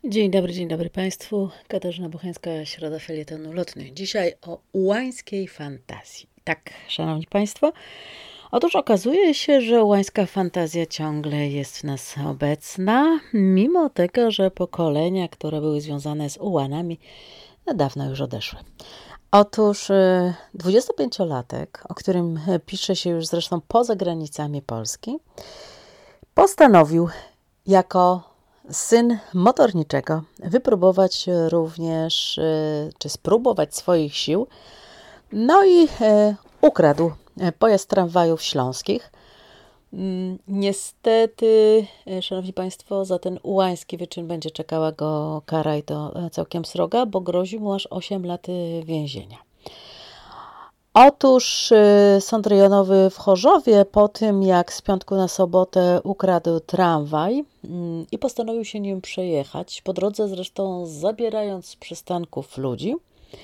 Dzień dobry Państwu. Katarzyna Bocheńska, Środa Felietonu Lotny. Dzisiaj o ułańskiej fantazji. Tak, Szanowni Państwo, otóż okazuje się, że ułańska fantazja ciągle jest w nas obecna, mimo tego, że pokolenia, które były związane z ułanami, dawno już odeszły. Otóż 25-latek, o którym pisze się już zresztą poza granicami Polski, postanowił jako syn motorniczego wypróbować również, czy spróbować swoich sił. No i ukradł pojazd tramwajów śląskich. Niestety, Szanowni Państwo, za ten ułański wyczyn będzie czekała go kara i to całkiem sroga, bo grozi mu aż 8 lat więzienia. Otóż Sąd Rejonowy w Chorzowie po tym, jak z piątku na sobotę ukradł tramwaj i postanowił się nim przejechać, po drodze zresztą zabierając z przystanków ludzi,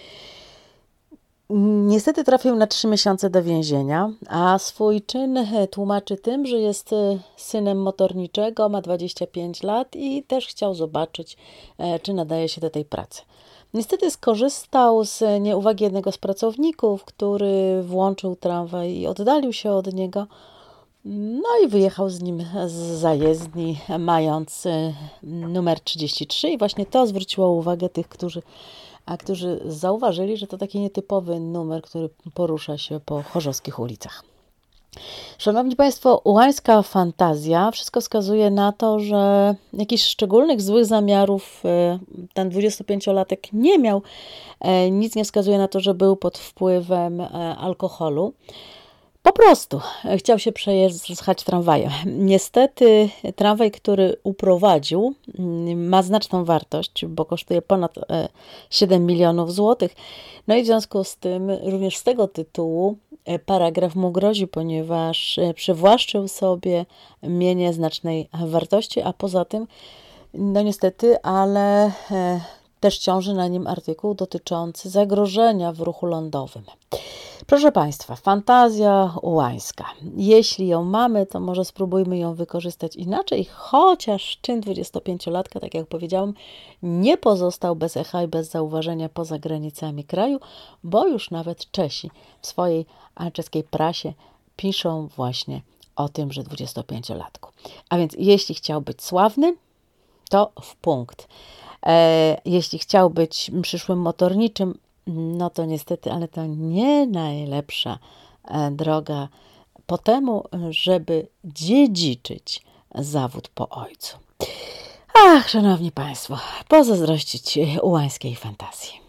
niestety trafił na 3 miesiące do więzienia, a swój czyn tłumaczy tym, że jest synem motorniczego, ma 25 lat i też chciał zobaczyć, czy nadaje się do tej pracy. Niestety skorzystał z nieuwagi jednego z pracowników, który włączył tramwaj i oddalił się od niego. No i wyjechał z nim z zajezdni, mając numer 33 i właśnie to zwróciło uwagę tych, którzy zauważyli, że to taki nietypowy numer, który porusza się po chorzowskich ulicach. Szanowni Państwo, ułańska fantazja, wszystko wskazuje na to, że jakichś szczególnych złych zamiarów ten 25-latek nie miał. Nic nie wskazuje na to, że był pod wpływem alkoholu. Po prostu chciał się przejechać tramwajem. Niestety tramwaj, który uprowadził, ma znaczną wartość, bo kosztuje ponad 7 milionów złotych. No i w związku z tym, również z tego tytułu paragraf mu grozi, ponieważ przywłaszczył sobie mienie znacznej wartości, a poza tym, no niestety, ale też ciąży na nim artykuł dotyczący zagrożenia w ruchu lądowym. Proszę Państwa, fantazja ułańska. Jeśli ją mamy, to może spróbujmy ją wykorzystać inaczej, chociaż czyn 25-latka, tak jak powiedziałam, nie pozostał bez echa i bez zauważenia poza granicami kraju, bo już nawet Czesi w swojej czeskiej prasie piszą właśnie o tymże 25-latku. A więc jeśli chciał być sławny, to w punkt. Jeśli chciał być przyszłym motorniczym, no to niestety, ale to nie najlepsza droga po temu, żeby dziedziczyć zawód po ojcu. Ach, Szanowni Państwo, pozazdrościć ułańskiej fantazji.